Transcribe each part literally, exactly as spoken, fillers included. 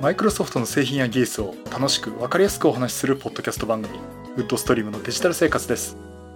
マイクロソフトの製品や技術を楽しく分かりやすくお話しするポッドキャスト番組、ウッドストリームのデジタル生活です。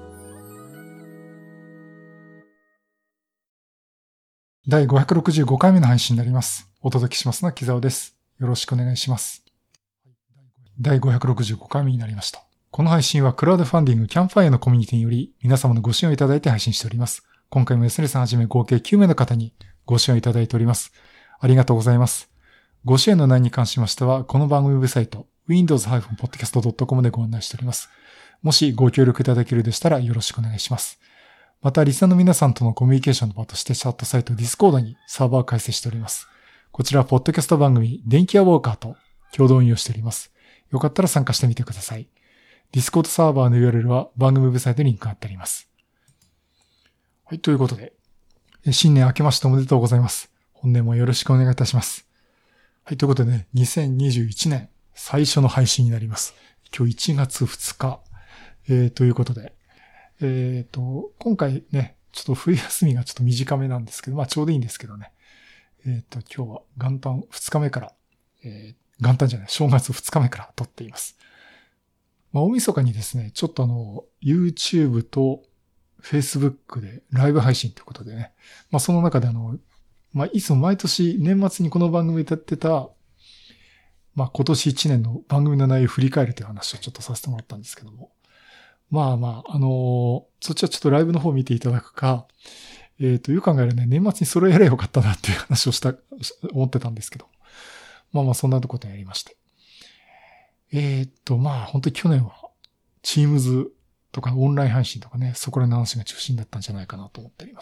だいごひゃくろくじゅうごかいめの配信になります。お届けしますのは木澤です。よろしくお願いします。だいごひゃくろくじゅうごかいめになりました。この配信はクラウドファンディングキャンプファイアのコミュニティにより皆様のご支援をいただいて配信しております。今回も安根さんはじめ合計きゅうめいの方にご支援をいただいております。ありがとうございます。ご支援の内容に関しましては、この番組ウェブサイト、ウィンドウズ ポッドキャストドットコム でご案内しております。もしご協力いただけるでしたらよろしくお願いします。また、リスナーの皆さんとのコミュニケーションの場としてチャットサイト Discord にサーバーを開設しております。こちら、ポッドキャスト番組、電気屋ウォーカーと共同運用しております。よかったら参加してみてください。Discord サーバーの ユーアールエル は番組ウェブサイトにリンクが貼ってあります。はい、ということで、新年明けましておめでとうございます。本年もよろしくお願いいたします。はい、ということでね、にせんにじゅういちねん最初の配信になります。今日いちがつふつか、えー、ということで、えっと、今回ね、ちょっと冬休みがちょっと短めなんですけど、まあちょうどいいんですけどね。えっと、今日は元旦ふつかめから、えー、元旦じゃない、正月ふつかめから撮っています。まあ大晦日にですね、ちょっとあの、YouTube と Facebook でライブ配信ということでね、まあその中であの、まあいつも毎年年末にこの番組でやってた、まあ今年いちねんの番組の内容を振り返るという話をちょっとさせてもらったんですけども、まあまあ、あのー、そっちはちょっとライブの方を見ていただくか、えっと、よく考えるね、年末にそれをやればよかったなっていう話をした、思ってたんですけど、まあまあそんなことやりまして。えっと、まあ本当に去年は、Teams とかオンライン配信とかね、そこらの話が中心だったんじゃないかなと思っております。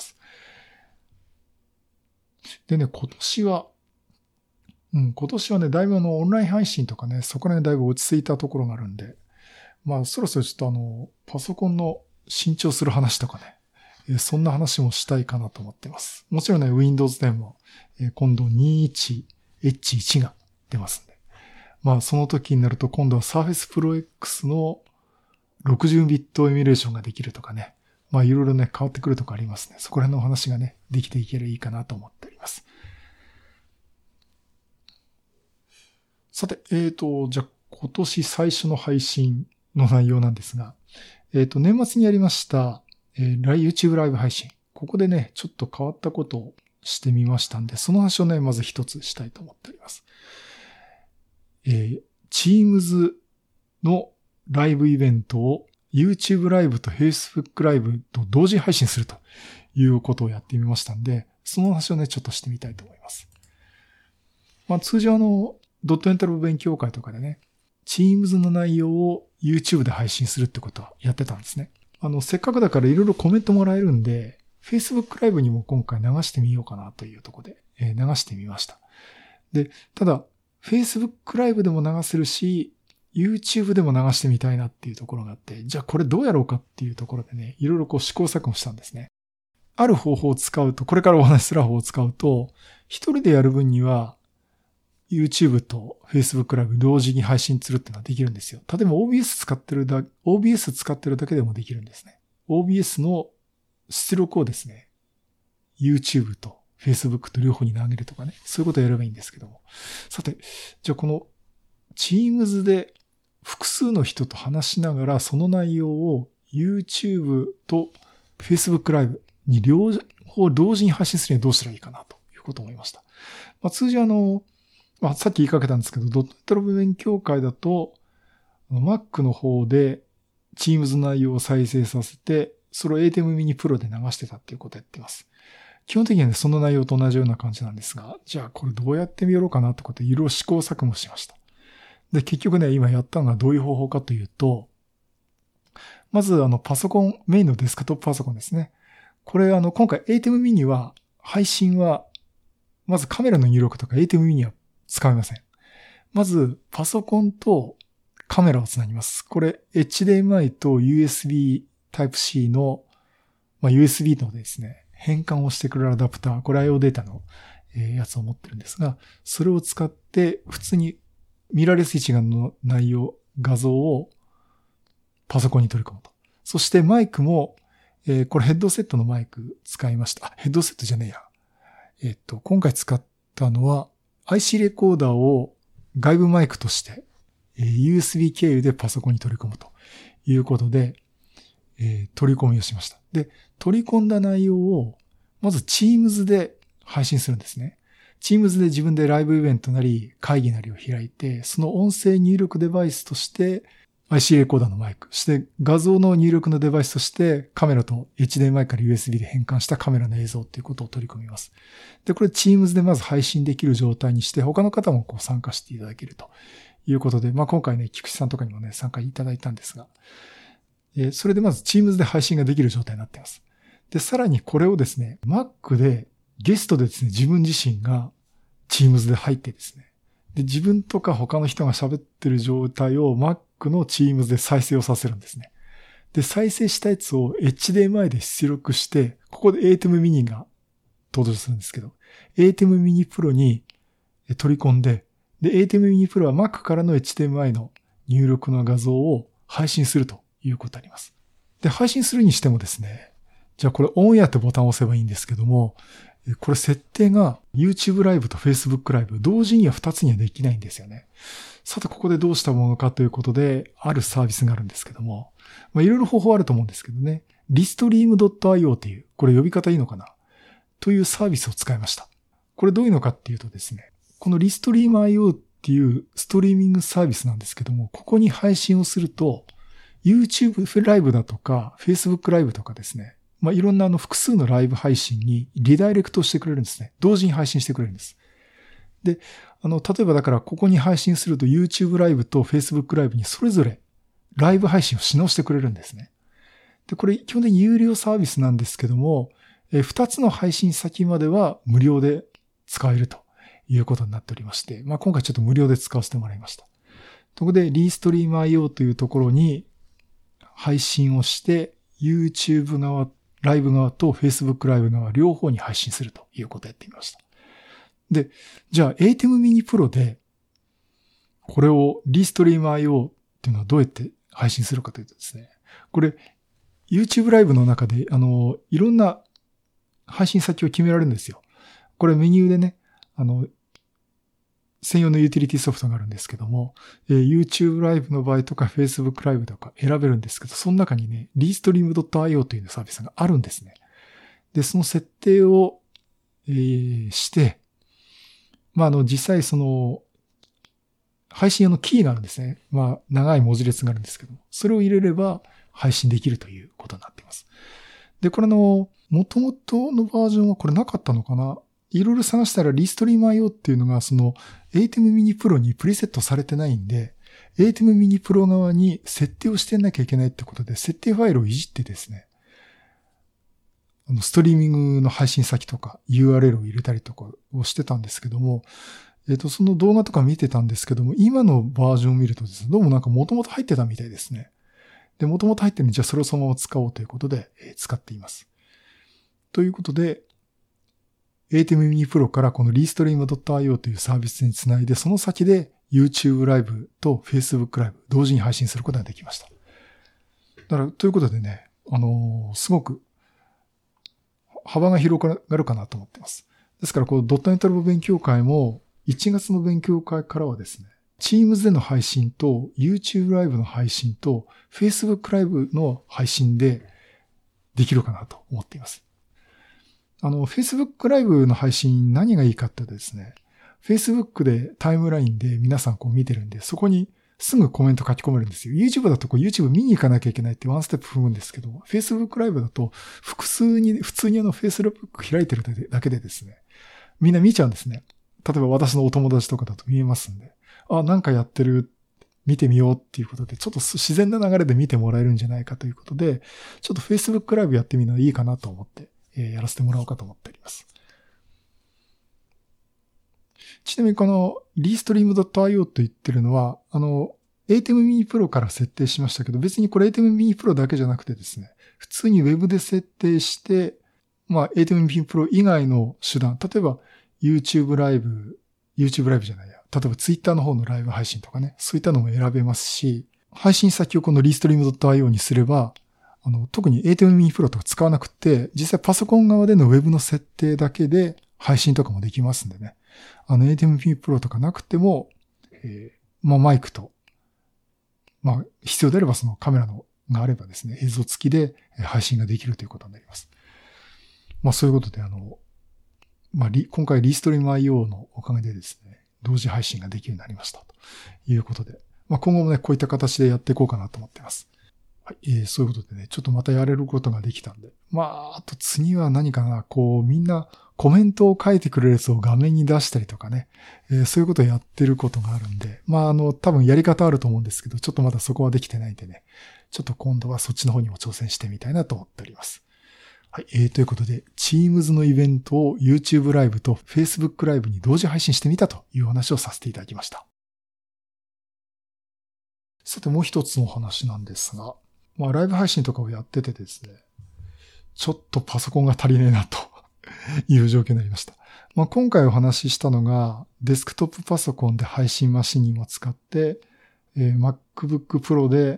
でね、今年は、うん、今年はね、だいぶあの、オンライン配信とかね、そこら辺だいぶ落ち着いたところがあるんで、まあ、そろそろちょっとあの、パソコンの新調する話とかね、えー、そんな話もしたいかなと思ってます。もちろんね、Windows テンも、えー、今度 にじゅういちエイチワン が出ますんで。まあ、その時になると今度は Surface Pro X のろくじゅうビットエミュレーションができるとかね、まあ、いろいろね、変わってくるとかありますね。そこら辺のお話がね、できていければいいかなと思っております。さて、えっと、じゃあ今年最初の配信の内容なんですが、えっと、年末にやりました、えー、YouTube ライブ配信。ここでね、ちょっと変わったことをしてみましたんで、その話をね、まず一つしたいと思っております。えー、Teams のライブイベントを YouTube ライブと Facebook ライブと同時配信するということをやってみましたんで、その話をね、ちょっとしてみたいと思います。まあ、通常のドットエンタロ勉強会とかでね、Teams の内容を YouTube で配信するってことはやってたんですね。あの、せっかくだからいろいろコメントもらえるんで、Facebook ライブにも今回流してみようかなというところで、えー、流してみました。で、ただ、Facebook ライブでも流せるし、YouTube でも流してみたいなっていうところがあって、じゃあこれどうやろうかっていうところでね、いろいろこう試行錯誤したんですね。ある方法を使うと、これからお話しする方法を使うと、一人でやる分には、YouTube と Facebook ライブ同時に配信するっていうのはできるんですよ。例えば オービーエス 使ってるだ、オービーエス 使ってるだけでもできるんですね。オービーエス の出力をですね、YouTube と Facebook と両方に投げるとかね、そういうことをやればいいんですけども。さて、じゃあこの Teams で複数の人と話しながらその内容を YouTube と Facebook ライブに両方同時に配信するにはどうしたらいいかなということを思いました。まあ、通常あの、まあ、さっき言いかけたんですけど、ドットエンタロ勉強会だと、Mac の方で Teams の内容を再生させて、それを エーティーエム Mini Pro で流してたっていうことをやっています。基本的にはね、その内容と同じような感じなんですが、じゃあこれどうやってみようかなってことでいろいろ試行錯誤しました。で、結局ね、今やったのがどういう方法かというと、まずあのパソコン、メインのデスクトップパソコンですね。これあの今回 エーティーエム Mini は、配信は、まずカメラの入力とか エーティーエム Mini は使いません。まず、パソコンとカメラをつなぎます。これ、エイチディーエムアイ と ユーエスビー Type-C の、まあ、ユーエスビー のですね、変換をしてくれるアダプター、これ アイオー データの、えー、やつを持ってるんですが、それを使って、普通にミラーレス一眼の内容、画像をパソコンに取り込むと。そしてマイクも、えー、これヘッドセットのマイク使いました。あ、ヘッドセットじゃねえや。えっと、今回使ったのは アイシー レコーダーを外部マイクとして、えー、ユーエスビー 経由でパソコンに取り込むということで、えー、取り込みをしました。で、取り込んだ内容を、まず Teams で配信するんですね。Teams で自分でライブイベントなり会議なりを開いて、その音声入力デバイスとして アイシー レコーダーのマイク、そして画像の入力のデバイスとしてカメラと エイチディーエムアイ から ユーエスビー で変換したカメラの映像ということを取り込みます。で、これ Teams でまず配信できる状態にして、他の方もこう参加していただけるということで、まあ今回ね、菊池さんとかにもね、参加いただいたんですが、えー、それでまず Teams で配信ができる状態になっています。で、さらにこれをですね、Mac でゲストでですね、自分自身が Teams で入ってですね、で、自分とか他の人が喋ってる状態を Mac の Teams で再生をさせるんですね。で、再生したやつを エイチディーエムアイ で出力して、ここで エーティーエム mini が登場するんですけど、エーティーエム mini Pro に取り込んで、で、エーティーエム mini Pro は Mac からの エイチディーエムアイ の入力の画像を配信するということになります。で、配信するにしてもですね、じゃあこれオンエアってボタンを押せばいいんですけども、これ設定が YouTube ライブと Facebook ライブ同時にはふたつにはできないんですよね。さてここでどうしたものかということで、あるサービスがあるんですけども、まあいろいろ方法あると思うんですけどね、リストリーム ドットアイオー っていう、これ呼び方いいのかなというサービスを使いました。これどういうのかっていうとですね、このリストリーム アイオー っていうストリーミングサービスなんですけども、ここに配信をすると、YouTube ライブだとか Facebook ライブとかですね、まあ、いろんなあの複数のライブ配信にリダイレクトしてくれるんですね。同時に配信してくれるんです。で、あの、例えばだからここに配信すると YouTube ライブと Facebook ライブにそれぞれライブ配信をし直してくれるんですね。で、これ基本的に有料サービスなんですけども、え、二つの配信先までは無料で使えるということになっておりまして、まあ、今回ちょっと無料で使わせてもらいました。そこで Restream アイオー というところに配信をして YouTube 側ライブ側と Facebook ライブ側両方に配信するということをやってみました。で、じゃあ エーティーエム mini Pro でこれを Restream アイオー っていうのはどうやって配信するかというとですね、これ YouTube ライブの中であのいろんな配信先を決められるんですよ。これメニューでね、あの専用のユーティリティソフトがあるんですけども、えー、YouTube ライブの場合とか Facebook ライブとか選べるんですけど、その中にね、リーストリーム ドットアイオー というサービスがあるんですね。で、その設定を、えー、して、まあ、あの、実際その、配信用のキーがあるんですね。まあ、長い文字列があるんですけども、それを入れれば配信できるということになっています。で、これの、元々のバージョンはこれなかったのかないろいろ探したら Restream アイオー っていうのがその エーティーエム mini Pro にプリセットされてないんで、エーティーエム mini Pro 側に設定をしてなきゃいけないってことで、設定ファイルをいじってですね、あのストリーミングの配信先とか ユーアールエル を入れたりとかをしてたんですけども、えっと、その動画とか見てたんですけども、今のバージョンを見るとですね、どうもなんか元々入ってたみたいですね。で、元々入ってるんで、じゃあそれをそのまま使おうということで、えー、使っています。ということで、エーティーエム mini Pro からこの Restream ドットアイオー というサービスにつないで、その先で YouTube ライブと Facebook ライブ同時に配信することができました。だから、ということでね、あのー、すごく幅が広がるかなと思っています。ですから、この ドットネット ラボ勉強会もいちがつの勉強会からはですね、Teams での配信と YouTube ライブの配信と Facebook ライブの配信でできるかなと思っています。あの、Facebook ライブの配信何がいいかってですね、Facebook でタイムラインで皆さんこう見てるんで、そこにすぐコメント書き込めるんですよ。YouTube だとこう YouTube 見に行かなきゃいけないってワンステップ踏むんですけど、Facebook ライブだと複数に、普通にあの Facebook 開いてるだけでですね、みんな見ちゃうんですね。例えば私のお友達とかだと見えますんで、あ、なんかやってる、見てみようっていうことで、ちょっと自然な流れで見てもらえるんじゃないかということで、ちょっと Facebook ライブやってみるのはいいかなと思って、えー、やらせてもらおうかと思っております。ちなみにこの Restream ドットアイオー と言ってるのは、あの、エーティーエム mini Pro から設定しましたけど、別にこれ エーティーエム mini Pro だけじゃなくてですね、普通に Web で設定して、まあ エーティーエム mini Pro 以外の手段、例えば YouTube ライブ、YouTube ライブじゃないや、例えば Twitter の方のライブ配信とかね、そういったのも選べますし、配信先をこの Restream ドットアイオー にすれば、あの、特に エーティーエム mini Pro とか使わなくて、実際パソコン側での Web の設定だけで配信とかもできますんでね。あの エーティーエム mini Pro とかなくても、 えー、まあマイクと、まあ必要であればそのカメラのがあればですね、映像付きで配信ができるということになります。まあそういうことであの、まあ今回リーストリーム アイオー のおかげでですね、同時配信ができるようになりましたということで、まあ今後もね、こういった形でやっていこうかなと思っています。はい、えー、そういうことでね、ちょっとまたやれることができたんで。まあ、あと次は何かな、こう、みんなコメントを書いてくれるやつを画面に出したりとかね、えー、そういうことをやってることがあるんで、まあ、あの、多分やり方あると思うんですけど、ちょっとまだそこはできてないんでね、ちょっと今度はそっちの方にも挑戦してみたいなと思っております。はい、えー、ということで、Teams のイベントを YouTube ライブと Facebook ライブに同時配信してみたという話をさせていただきました。さて、もう一つのお話なんですが、まあ、ライブ配信とかをやっててですね、ちょっとパソコンが足りねえなという状況になりました。まあ、今回お話ししたのが、デスクトップパソコンで配信マシンにも使って、えー、MacBook Pro で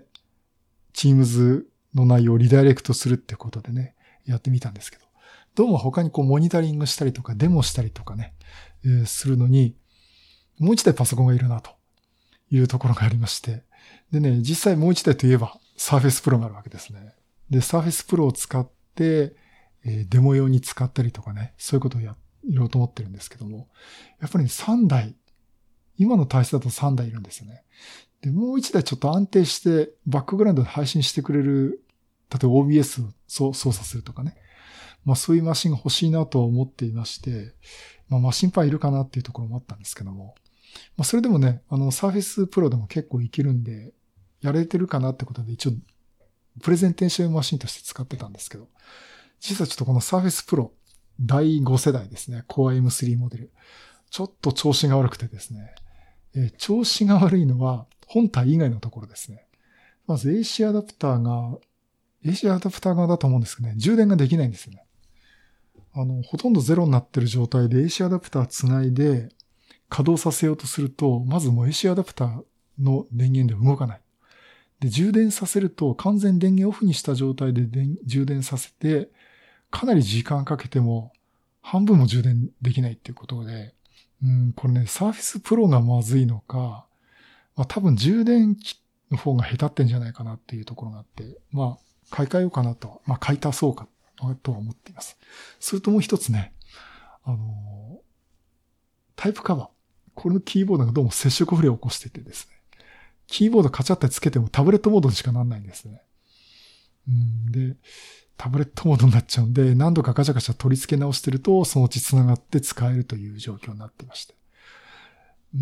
Teams の内容をリダイレクトするってことでね、やってみたんですけど、どうも他にこうモニタリングしたりとかデモしたりとかね、えー、するのに、もう一台パソコンがいるなというところがありまして、でね、実際もう一台といえば、Surface Pro があるわけですね。で、Surface Pro を使って、えー、デモ用に使ったりとかね、そういうことをやろうと思ってるんですけども、やっぱり、ね、さんだい、今の体質だとさんだいいるんですよね。で、もういちだいちょっと安定してバックグラウンドで配信してくれる、例えば オービーエス を操作するとかね。まあそういうマシンが欲しいなとは思っていまして、まあマシンパンいるかなっていうところもあったんですけども、まあそれでもね、あの Surface Pro でも結構いけるんで、やれてるかなってことで一応プレゼンテーションマシンとして使ってたんですけど、実はちょっとこの Surface Pro だいごせだいですね、Core エムスリー モデル。ちょっと調子が悪くてですね、えー、調子が悪いのは本体以外のところですね。まず エーシー アダプターが、エーシー アダプター側だと思うんですけどね、充電ができないんですよね。あの、ほとんどゼロになってる状態で エーシー アダプターつないで稼働させようとすると、まずもう エーシー アダプターの電源で動かない。で、充電させると完全電源オフにした状態で充電させて、かなり時間かけても半分も充電できないっていうことで、うん、これね、Surface Pro がまずいのか、まあ多分充電器の方が下手ってんじゃないかなっていうところがあって、まあ買い替えようかなと、まあ買い足そうかとは思っています。それともう一つね、あの、タイプカバー。これのキーボードがどうも接触不良を起こしててですね。キーボードカチャってつけてもタブレットモードにしかなんないんですね。うんで、タブレットモードになっちゃうんで、何度かガチャガチャ取り付け直してると、そのうち繋がって使えるという状況になってまして。うん、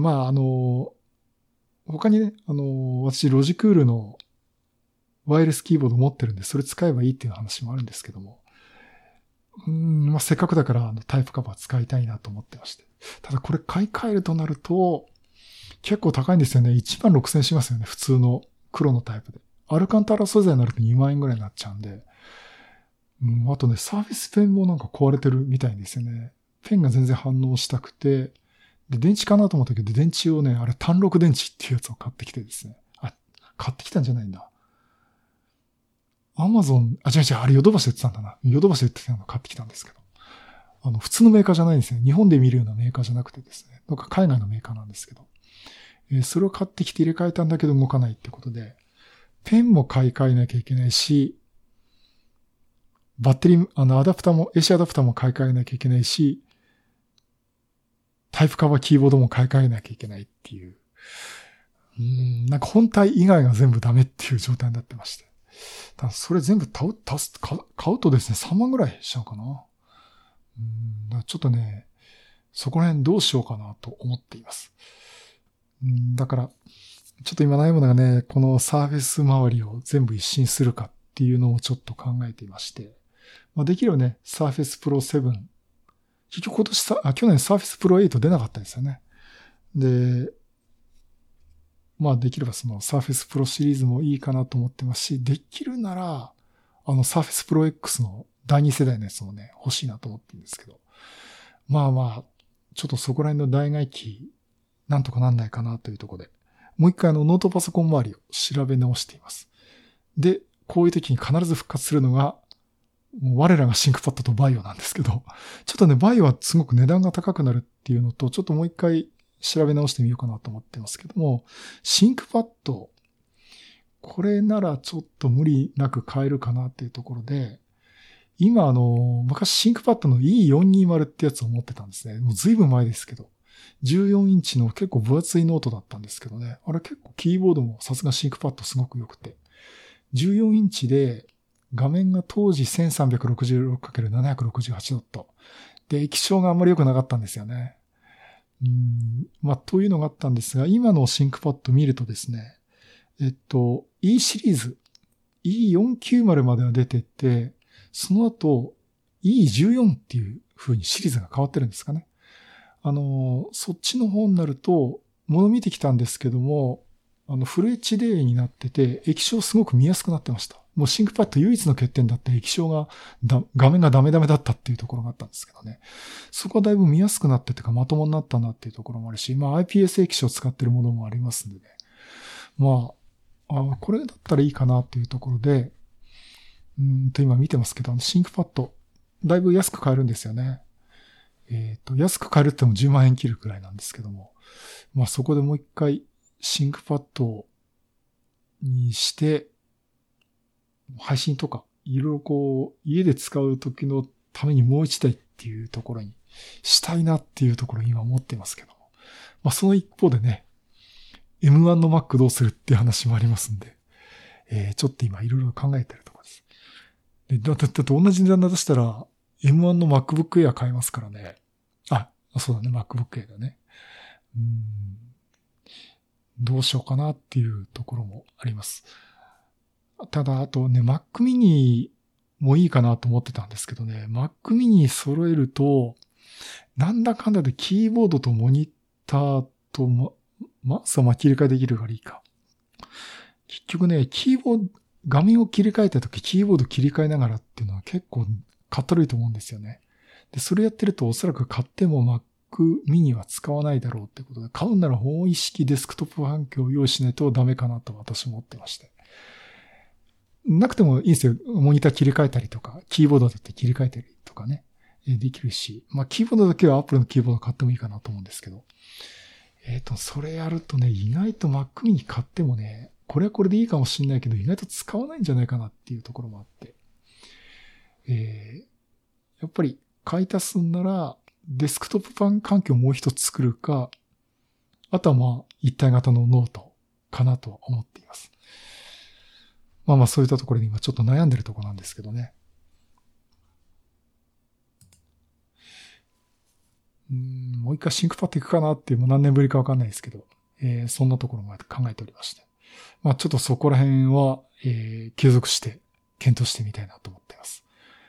まあ、あの、他にね、あの、私、ロジクールのワイヤレスキーボード持ってるんで、それ使えばいいっていう話もあるんですけども。うん、まあ、せっかくだからあのタイプカバー使いたいなと思ってまして。ただこれ買い替えるとなると、結構高いんですよね。いちまんろくせんえんしますよね。普通の黒のタイプで。アルカンタラ素材になるとにまんえんぐらいになっちゃうんで。うん、あとね、サーフェスペンもなんか壊れてるみたいですよね。ペンが全然反応したくて、で、電池かなと思ったけど、電池をね、あれ単六電池っていうやつを買ってきてですね。あ、買ってきたんじゃないんだ。アマゾン、あ、違う違う、あれヨドバシで売ってたんだな。ヨドバシで売ってたのを買ってきたんですけど。あの、普通のメーカーじゃないんですね。日本で見るようなメーカーじゃなくてですね。なんか海外のメーカーなんですけど。えー、それを買ってきて入れ替えたんだけど動かないってことで、ペンも買い替えなきゃいけないし、バッテリー、あの、アダプターも、エーシー アダプターも買い替えなきゃいけないし、タイプカバーキーボードも買い替えなきゃいけないっていう。うーん、なんか本体以外が全部ダメっていう状態になってまして。ただそれ全部買う、買うとですね、さんまんぐらいしちゃうかな。うーん、ちょっとね、そこら辺どうしようかなと思っています。うん、だから、ちょっと今悩むのがね、このサーフェス周りを全部一新するかっていうのをちょっと考えていまして。まあ、できればね、Surface Pro セブン。結局今年さ、あ、去年 Surface Pro エイト出なかったですよね。で、まあできればその Surface Pro シリーズもいいかなと思ってますし、できるなら、あの Surface Pro X のだいに世代のやつもね、欲しいなと思ってるんですけど。まあまあ、ちょっとそこら辺の代替機、なんとかなんないかなというところで、もう一回あのノートパソコン周りを調べ直しています。で、こういう時に必ず復活するのが、もう我らがシンクパッドとバイオなんですけど、ちょっとね、バイオはすごく値段が高くなるっていうのと、ちょっともう一回調べ直してみようかなと思ってますけども、シンクパッド、これならちょっと無理なく買えるかなっていうところで、今あの、昔シンクパッドの イーよんにじゅう ってやつを持ってたんですね。もうずいぶん前ですけど。じゅうよんインチの結構分厚いノートだったんですけどね。あれ結構キーボードもさすがシンクパッドすごく良くて。じゅうよんインチで画面が当時 せんさんびゃくろくじゅうろくかけるななひゃくろくじゅうはち ドット。で、液晶があんまり良くなかったんですよね。うーん、まあ、というのがあったんですが、今のシンクパッド見るとですね、えっと、E シリーズ、イーよんきゅうまる までは出てて、その後、イーじゅうよん っていう風にシリーズが変わってるんですかね。あの、そっちの方になると、もの見てきたんですけども、あの、フル エイチディー になってて、液晶すごく見やすくなってました。もうシンクパッド唯一の欠点だった液晶がだ、画面がダメダメだったっていうところがあったんですけどね。そこはだいぶ見やすくなってというかまともになったなっていうところもあるし、まあ アイピーエス 液晶を使ってるものもありますんでね。まあ、あこれだったらいいかなっていうところで、うんと今見てますけど、シンクパッド、だいぶ安く買えるんですよね。えっと、安く買えるってもじゅうまんえん切るくらいなんですけども、まあそこでもう一回シンクパッドにして、配信とか、いろいろこう、家で使う時のためにもう一台っていうところにしたいなっていうところに今思ってますけども。まあその一方でね、エムワン の Mac どうするっていう話もありますんで、えー、ちょっと今いろいろ考えてるところです。で、だってだって同じ値段だとしたら、エムワン の MacBook Air 買えますからね。あ、そうだね、MacBook Air だね。うーん、どうしようかなっていうところもあります。ただ、あとね、Mac mini もいいかなと思ってたんですけどね、Mac mini 揃えると、なんだかんだでキーボードとモニターとマ、マウスはまあ切り替えできるからいいか。結局ね、キーボード、画面を切り替えたときキーボード切り替えながらっていうのは結構かったるいと思うんですよね。で、それやってるとおそらく買っても Mac mini は使わないだろうってことで、買うなら本意識デスクトップ環境を用意しないとダメかなと私は思ってまして。なくてもいいんですよ。モニター切り替えたりとか、キーボードだって切り替えたりとかね、できるし、まあキーボードだけは Apple のキーボード買ってもいいかなと思うんですけど、えっと、それやるとね、意外と Mac mini 買ってもね、これはこれでいいかもしれないけど、意外と使わないんじゃないかなっていうところもあって、えー、やっぱり買い足すんなら、デスクトップ版環境をもう一つ作るか、あとはまあ、一体型のノートかなとは思っています。まあまあそういったところに今ちょっと悩んでるところなんですけどね。うーん、もう一回シンクパッドいくかなっていう、もう何年ぶりかわかんないですけど、えー、そんなところまで考えておりまして。まあちょっとそこら辺は、えー、継続して検討してみたいなと思っています。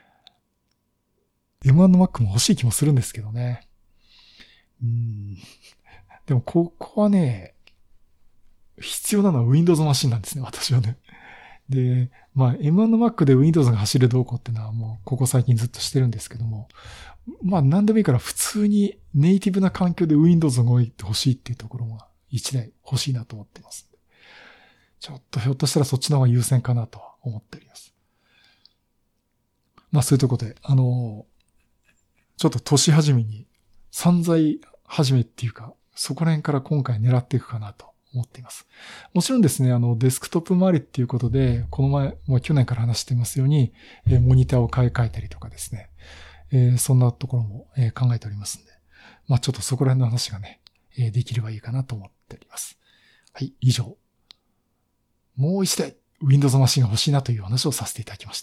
エムワン の Mac も欲しい気もするんですけどね。うーん。でもここはね、必要なのは Windows マシンなんですね、私はね。で、まあ エムワン の Mac で Windows が走るどうこうっていうのはもうここ最近ずっとしてるんですけども、まあ何でもいいから普通にネイティブな環境で Windows が動いてほしいっていうところが一台欲しいなと思ってます。ちょっとひょっとしたらそっちの方が優先かなとは思っております。まあそういうところで、あの、ちょっと年始めに散財始めっていうか、そこら辺から今回狙っていくかなと思っています。もちろんですね、あの、デスクトップ周りっていうことで、この前、もう去年から話していますように、えー、モニターを買い替えたりとかですね、えー、そんなところも、えー、考えておりますんで、まあちょっとそこら辺の話がね、えー、できればいいかなと思っております。はい、以上。もう一台、Windows マシンが欲しいなという話をさせていただきました。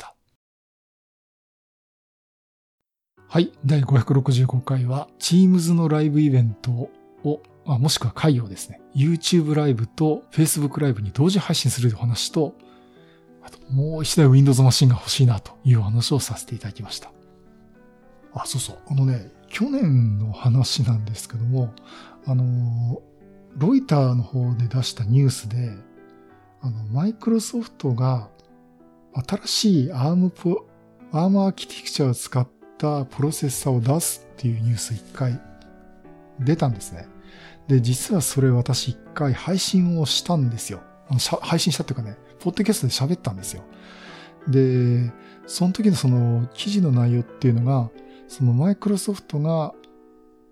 はい。だいごひゃくろくじゅうごかいは Teams のライブイベントを、あもしくは会をですね、YouTube ライブと Facebook ライブに同時配信するお話と、あともう一台 Windows マシンが欲しいなというお話をさせていただきました。あ、そうそう。あのね、去年の話なんですけども、あの、ロイターの方で出したニュースで、あの、マイクロソフトが新しい アーム プ、アームアーキテクチャを使ってプロセッサーを出すっていうニュース一回出たんですね。で、実はそれ私一回配信をしたんですよ。あの配信したっていうかね、ポッドキャストで喋ったんですよ。で、その時のその記事の内容っていうのが、そのマイクロソフトが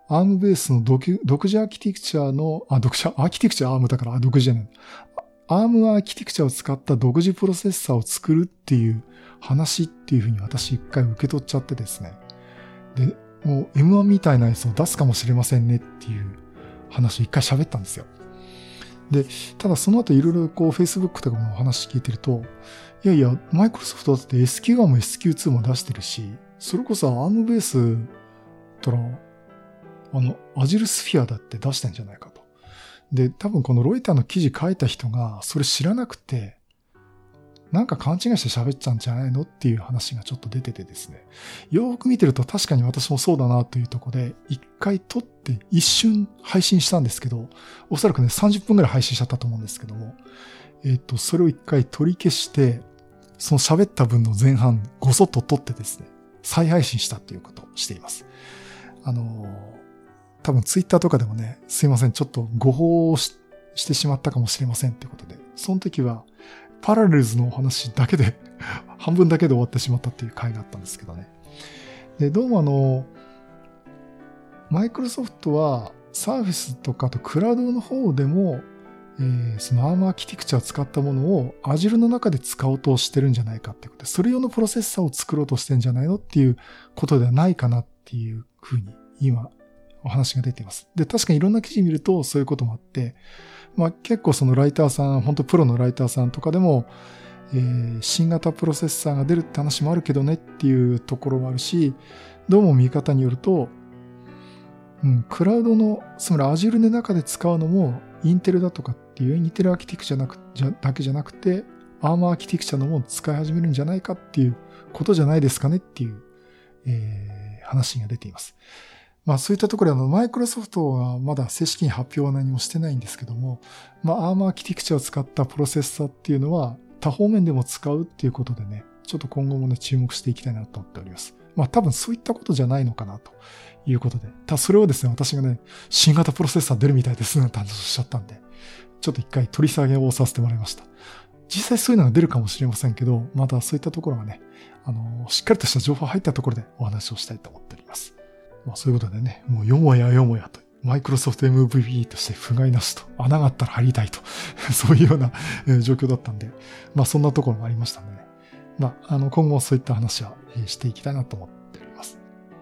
アームベースの独独自アーキテクチャの、あ、独自、アーキテクチャアームだから独自じゃない。アームアーキテクチャを使った独自プロセッサーを作るっていう話っていうふうに私一回受け取っちゃってですね。で、もう エムワン みたいなやつを出すかもしれませんねっていう話を一回喋ったんですよ。で、ただその後いろいろこう Facebook とかもお話聞いてると、いやいや、マイクロソフトだって エスキューワン も エスキューツー も出してるし、それこそ アーム ベースたら、あの、Azure Sphere だって出してんじゃないかと。で、多分このロイターの記事書いた人がそれ知らなくて、なんか勘違いして喋っちゃうんじゃないのっていう話がちょっと出ててですね。よーく見てると確かに私もそうだなというところで、一回撮って一瞬配信したんですけど、おそらくねさんじゅっぷんぐらい配信しちゃったと思うんですけども、えっと、それを一回取り消して、その喋った分の前半ごそっと撮ってですね、再配信したっていうことをしています。あのー、多分ツイッターとかでもね、すいません、ちょっと誤報を し, してしまったかもしれませんっていうことで、その時は、パラレルズのお話だけで半分だけで終わってしまったっていう回があったんですけどね。で、どうもあの、マイクロソフトはサーフェスとかとクラウドの方でも、えー、そのアームアーキテクチャを使ったものを Azure の中で使おうとしてるんじゃないかっていうことで、それ用のプロセッサーを作ろうとしてるんじゃないのっていうことではないかなっていうふうに今お話が出ています。で、確かにいろんな記事見るとそういうこともあって、まあ結構そのライターさん、本当プロのライターさんとかでも、えー、新型プロセッサーが出るって話もあるけどねっていうところもあるし、どうも見方によると、うん、クラウドの、つまり Azure の中で使うのもインテルだとかっていうインテルアーキテクチャなくじゃだけじゃなくて、アームアーキテクチャのものを使い始めるんじゃないかっていうことじゃないですかねっていう、えー、話が出ています。まあそういったところであのマイクロソフトはまだ正式に発表は何もしてないんですけども、まあアームアーキテクチャを使ったプロセッサーっていうのは多方面でも使うっていうことでね、ちょっと今後もね注目していきたいなと思っております。まあ多分そういったことじゃないのかなということで、ただそれをですね、私がね、新型プロセッサー出るみたいですなんて話をしちゃったんで、ちょっと一回取り下げをさせてもらいました。実際そういうのが出るかもしれませんけど、またそういったところがね、あの、しっかりとした情報入ったところでお話をしたいと思っております。まあそういうことでね、もうよもやよもやと、マイクロソフト エムブイピー として不甲斐なしと、穴があったら入りたいと、そういうような状況だったんで、まあそんなところもありましたんでね。まあ、あの、今後もそういった話はしていきたいなと思っております。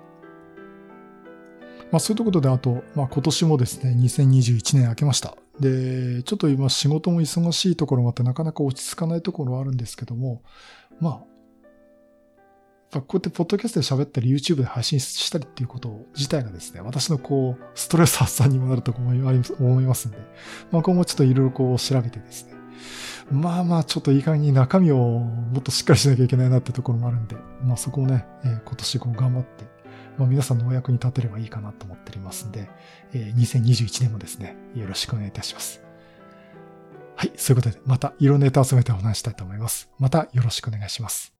まあそういうことで、あと、まあ今年もですね、にせんにじゅういちねん明けました。で、ちょっと今仕事も忙しいところもあってなかなか落ち着かないところはあるんですけども、まあ、こうやってポッドキャストで喋ったり YouTube で配信したりっていうこと自体がですね、私のこう、ストレス発散にもなると思いますんで、まあ今後ちょっといろいろこう調べてですね、まあまあちょっといい加減に中身をもっとしっかりしなきゃいけないなってところもあるんで、まあそこをね、えー、今年こう頑張って、まあ皆さんのお役に立てればいいかなと思っておりますんで、えー、にせんにじゅういちねんもですね、よろしくお願いいたします。はい、そういうことでまたいろんなネタを集めてお話したいと思います。またよろしくお願いします。